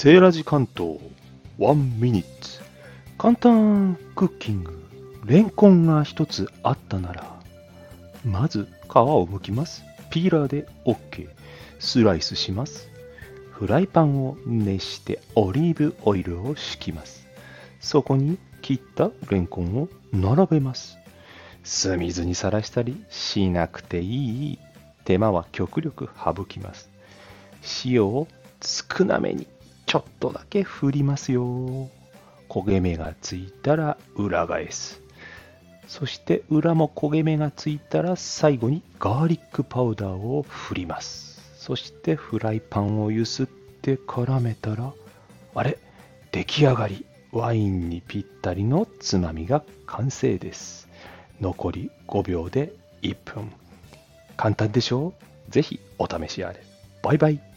セーラジ関東1ミニッツ簡単クッキング。レンコンが一つあったなら、まず皮を剥きます。ピーラーで OK。スライスします。フライパンを熱してオリーブオイルを敷きます。そこに切ったレンコンを並べます。酢水にさらしたりしなくていい。手間は極力省きます。塩を少なめにちょっとだけ振りますよ。焦げ目がついたら裏返す。そして裏も焦げ目がついたら最後にガーリックパウダーを振ります。そしてフライパンをゆすって絡めたら、あれ、出来上がり。ワインにぴったりのつまみが完成です。残り5秒で1分。簡単でしょう？ぜひお試しあれ。バイバイ。